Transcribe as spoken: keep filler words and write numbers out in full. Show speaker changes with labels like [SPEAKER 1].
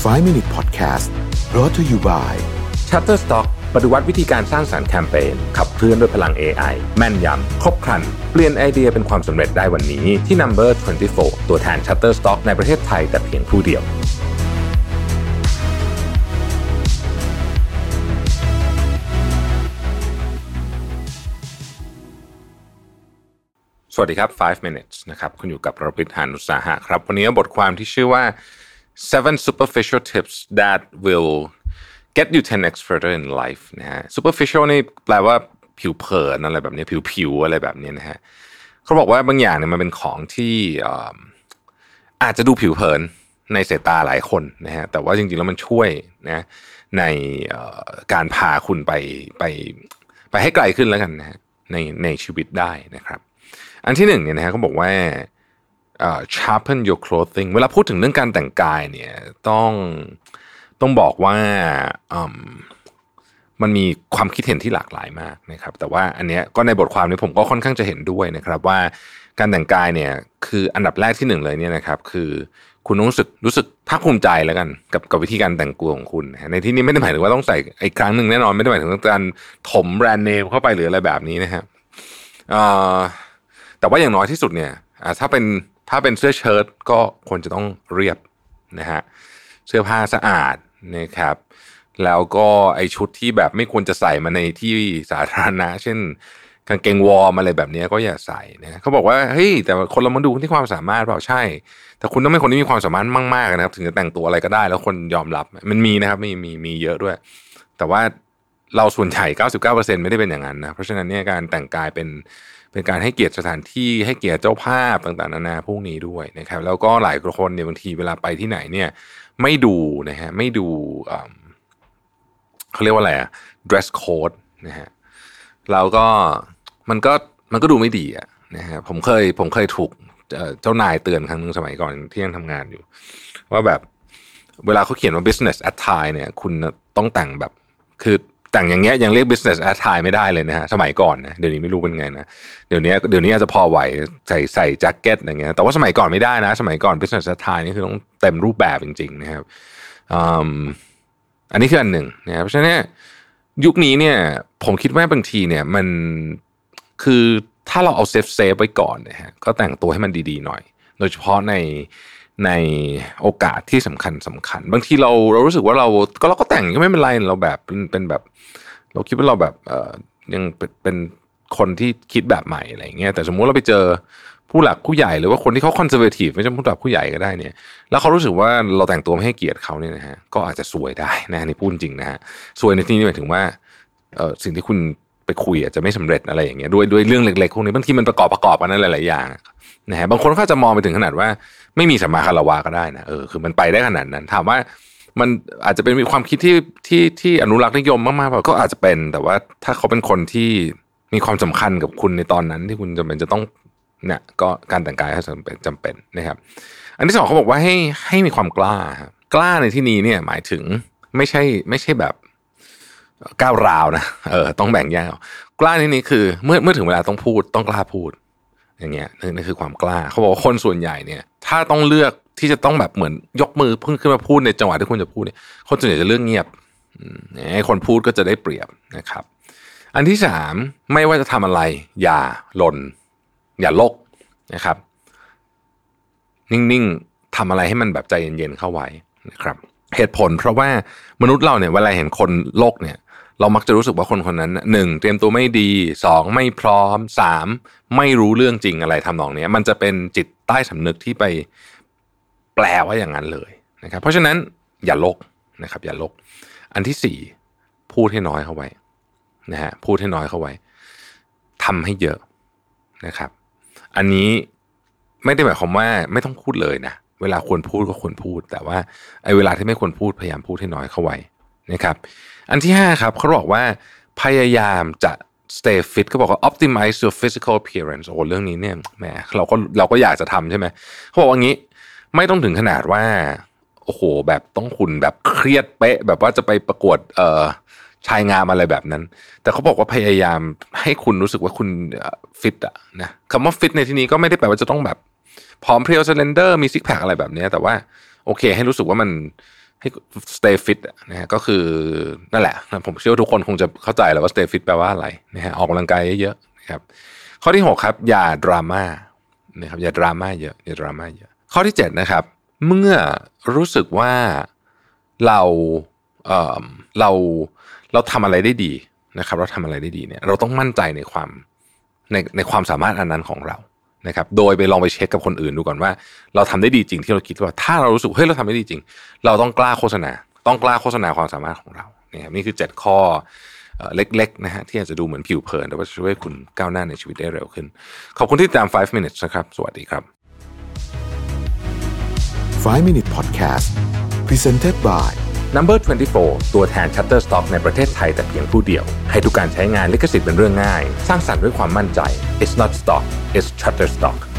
[SPEAKER 1] five minute podcast brought to you by
[SPEAKER 2] Shutterstock ปฏิวัติวิธีการสร้างสรรค์แคมเปญขับเคลื่อนด้วยพลัง เอ ไอ แม่นยำครบครันเปลี่ยนไอเดียเป็นความสำเร็จได้วันนี้ที่ Number ยี่สิบสี่ ตัวแทน Shutterstock ในประเทศไทยแต่เพียงผู้เดียวสวัสดีครับfive minutes นะครับคุณอยู่กับประพิธ หาญอุตสาหะครับวันนี้บทความที่ชื่อว่า seven superficial tips that will get you ten x further in life นะฮะ superficial นี่แปลว่าผิวเผินอะไรแบบนี้ผิวๆอะไรแบบนี้นะฮะเขาบอกว่าบางอย่างเนี่ยมันเป็นของที่อาจจะดูผิวเผินในสายตาหลายคนนะฮะแต่ว่าจริงๆแล้วมันช่วยนะในการพาคุณไปไปไปให้ไกลขึ้นแล้วกันนะฮะในในชีวิตได้นะครับอันที่หนึ่งเนี่ยนะฮะเขาบอกว่า uh, sharpen your clothing เวลาพูดถึงเรื่องการแต่งกายเนี่ยต้องต้องบอกว่า um, มันมีความคิดเห็นที่หลากหลายมากนะครับแต่ว่าอันเนี้ยก็ในบทความนี้ผมก็ค่อนข้างจะเห็นด้วยนะครับว่าการแต่งกายเนี่ยคืออันดับแรกที่หนึ่งเลยเนี่ยนะครับคือคุณต้องรู้สึกรู้สึกภาคภูมิใจแล้วกันกับกับวิธีการแต่งตัวของคุณในที่นี้ไม่ได้หมายถึงว่าต้องใส่อีกครั้งหนึ่งแน่นอนไม่ได้หมายถึงการถมแบรนด์เนมเข้าไปหรืออะไรแบบนี้นะครับเอ่อแต่ว่าอย่างน้อยที่สุดเนี่ยถ้าเป็นถ้าเป็นเสื้อเชิ้ตก็ควรจะต้องเรียบนะฮะเสื้อผ้าสะอาดนะครับแล้วก็ไอชุดที่แบบไม่ควรจะใส่มาในที่สาธารณะเช่นกางเกงวอร์มอะไรแบบนี้ก็อย่าใส่นะเขาบอกว่าเฮ้ยแต่คนเรามาดูที่ความสามารถเปล่าใช่แต่คุณต้องเป็นคนที่มีความสามารถมากๆนะครับถึงจะแต่งตัวอะไรก็ได้แล้วคนยอมรับมันมีนะครับมีมีมีเยอะด้วยแต่ว่าเราส่วนใหญ่ เก้าสิบเก้าเปอร์เซ็นต์ ไม่ได้เป็นอย่างนั้นนะเพราะฉะนั้นเนี่ยการแต่งกายเป็นเป็นการให้เกียรติสถานที่ให้เกียรติเจ้าภาพต่างๆนานาพวกนี้ด้วยนะครับแล้วก็หลายคนเนี่ยบางทีเวลาไปที่ไหนเนี่ยไม่ดูนะฮะไม่ดูเขาเรียกว่าอะไรอะ dress code นะฮะแล้วก็มันก็มันก็ดูไม่ดีอะนะฮะผมเคยผมเคยถูกเจ้านายเตือนครั้งนึงสมัยก่อนที่ยังทำงานอยู่ว่าแบบเวลาเขาเขียนว่า business attire เนี่ยคุณต้องแต่งแบบคือแต่งอย่างเงี้ยยังเรียก business attire ไม่ได้เลยนะฮะสมัยก่อนนะเดี๋ยวนี้ไม่รู้เป็นไงนะเดี๋ยวนี้เดี๋ยวนี้อาจจะพอไหวใส่ใส่แจ็คเก็ตอย่างเงี้ยแต่ว่าสมัยก่อนไม่ได้นะสมัยก่อน business attire นี่คือต้องเต็มรูปแบบจริงๆนะครับอันนี้คืออันหนึ่งนะครับเพราะฉะนั้นยุคนี้เนี่ยผมคิดว่าบางทีเนี่ยมันคือถ้าเราเอาเซฟเซฟไว้ก่อนนะฮะก็แต่งตัวให้มันดีๆหน่อยโดยเฉพาะในในโอกาสที่สำคัญสำคัญบางทีเราเรารู้สึกว่าเราก็เราก็แต่งก็ไม่เป็นไรเราแบบเป็นเป็นแบบเราคิดว่าเราแบบเอ่อยังเป็นเป็นคนที่คิดแบบใหม่อะไรอย่างเงี้ยแต่สมมุติเราไปเจอผู้หลักผู้ใหญ่หรือว่าคนที่เขาคอนเซอร์เวทีฟไม่ใช่ผู้หลักผู้ใหญ่ก็ได้เนี่ยแล้วเขารู้สึกว่าเราแต่งตัวไม่ให้เกียรติเขาเนี่ยนะฮะก็อาจจะซวยได้นะนี่พูดจริงนะฮะซวยในที่นี้หมายถึงว่าเอ่อสิ่งที่คุณไปคุยอาจจะไม่สำเร็จอะไรอย่างเงี้ยด้วยด้วยเรื่องเล็กๆพวกนี้บางทีมันประกอบประกอบกันนั่นหลายๆอย่างนะฮะบางคนเขาจะมองไปถึงขนาดว่าไม่มีสัมมาคารวะก็ได้นะเออคือมันไปได้ขนาดนั้นถามว่ามันอาจจะเป็นความคิดที่ที่ที่อนุรักษ์นิยมมากๆก็อาจจะเป็นแต่ว่าถ้าเขาเป็นคนที่มีความสำคัญกับคุณในตอนนั้นที่คุณจำเป็นจะต้องเนี่ยก็การแต่งกายจำเป็นจำเป็นนะครับอันที่สองเขาบอกว่าให้ให้มีความกล้าครับกล้าในที่นี้เนี่ยหมายถึงไม่ใช่ไม่ใช่แบบก้าวร้าวนะเออต้องแบ่งแยกกล้าในนี้คือเมื่อเมื่อถึงเวลาต้องพูดต้องกล้าพูดอย่างเงี้ยนั่นคือความกล้าเขาบอกว่าคนส่วนใหญ่เนี่ยถ้าต้องเลือกที่จะต้องแบบเหมือนยกมือพึ่งขึ้นมาพูดในจังหวะที่คุณจะพูดเนี่ยคนส่วนใหญ่จะเลือกเงียบไอ้คนพูดก็จะได้เปรียบนะครับอันที่สามไม่ว่าจะทำอะไรอย่าหล่นอย่าโลกนะครับนิ่งๆทำอะไรให้มันแบบใจเย็นๆเข้าไว้นะครับเหตุผลเพราะว่ามนุษย์เราเนี่ยเวลาเห็นคนโลกเนี่ยเรามักจะรู้สึกว่าคนคนนั้นหนึ่งเตรียมตัวไม่ดีสองไม่พร้อมสามไม่รู้เรื่องจริงอะไรทำนองนี้มันจะเป็นจิตใต้สำนึกที่ไปแปลว่าอย่างนั้นเลยนะครับเพราะฉะนั้นอย่าโลกนะครับอย่าโลกอันที่สี่พูดให้น้อยเข้าไว้นะฮะพูดให้น้อยเข้าไว้ทำให้เยอะนะครับอันนี้ไม่ได้หมายความว่าไม่ต้องพูดเลยนะเวลาควรพูดก็ควรพูดแต่ว่าไอ้เวลาที่ไม่ควรพูดพยายามพูดให้น้อยเข้าไว้นะครับอันที่ห้าครับเขาบอกว่าพยายามจะ stay fit ก็บอกว่า optimize your physical appearance โอ้เรื่องนี้เนี่ยแหมเราก็เราก็อยากจะทำใช่ไหมเขาบอกว่างี้ไม่ต้องถึงขนาดว่าโอ้โหแบบต้องหุ่นแบบเครียดเป๊ะแบบว่าจะไปประกวดเอ่อชายงามอะไรแบบนั้นแต่เขาบอกว่าพยายามให้คุณรู้สึกว่าคุณฟิตอะนะคำว่าฟิตในที่นี้ก็ไม่ได้แปลว่าจะต้องแบบผอมเพรียวสเลนเดอร์มีซิกแพคอะไรแบบนี้แต่ว่าโอเคให้รู้สึกว่ามันให้ stay fit นะฮะก็คือนั่นแหละผมเชื่อว่าทุกคนคงจะเข้าใจแล้วว่า stay fit แปลว่าอะไรนะฮะออกกำลังกายเยอะๆนะครับข้อที่หกครับอย่าดราม่านะครับอย่าดราม่าเยอะอย่าดราม่าเยอะข้อที่เจ็ดนะครับเมื่อรู้สึกว่าเราเอ่อเราเราทำอะไรได้ดีนะครับเราทำอะไรได้ดีเนี่ยเราต้องมั่นใจในความในในความสามารถอันนั้นของเรานะครับโดยไปลองไปเช็คกับคนอื่นดูก่อนว่าเราทำได้ดีจริงที่เราคิดว่าถ้าเรารู้สึกเฮ้ยเราทำได้ดีจริงเราต้องกล้าโฆษณาต้องกล้าโฆษณาความสามารถของเราเนี่ยนี่คือเจ็ดข้อเล็กๆนะฮะที่อาจจะดูเหมือนผิวเผินแต่ว่าจะช่วยให้คุณก้าวหน้าในชีวิตได้เร็วขึ้นขอบคุณที่ติดตามไฟว์ minutes นะครับสวัสดีครับ
[SPEAKER 1] ไฟว์ minute podcast presented by
[SPEAKER 2] Number ยี่สิบสี่ ตัวแทน Shutterstock ในประเทศไทยแต่เพียงผู้เดียวให้ทุกการใช้งานลิขสิทธิ์เป็นเรื่องง่ายสร้างสรรค์ด้วยความมั่นใจ It's not stock, it's Shutterstock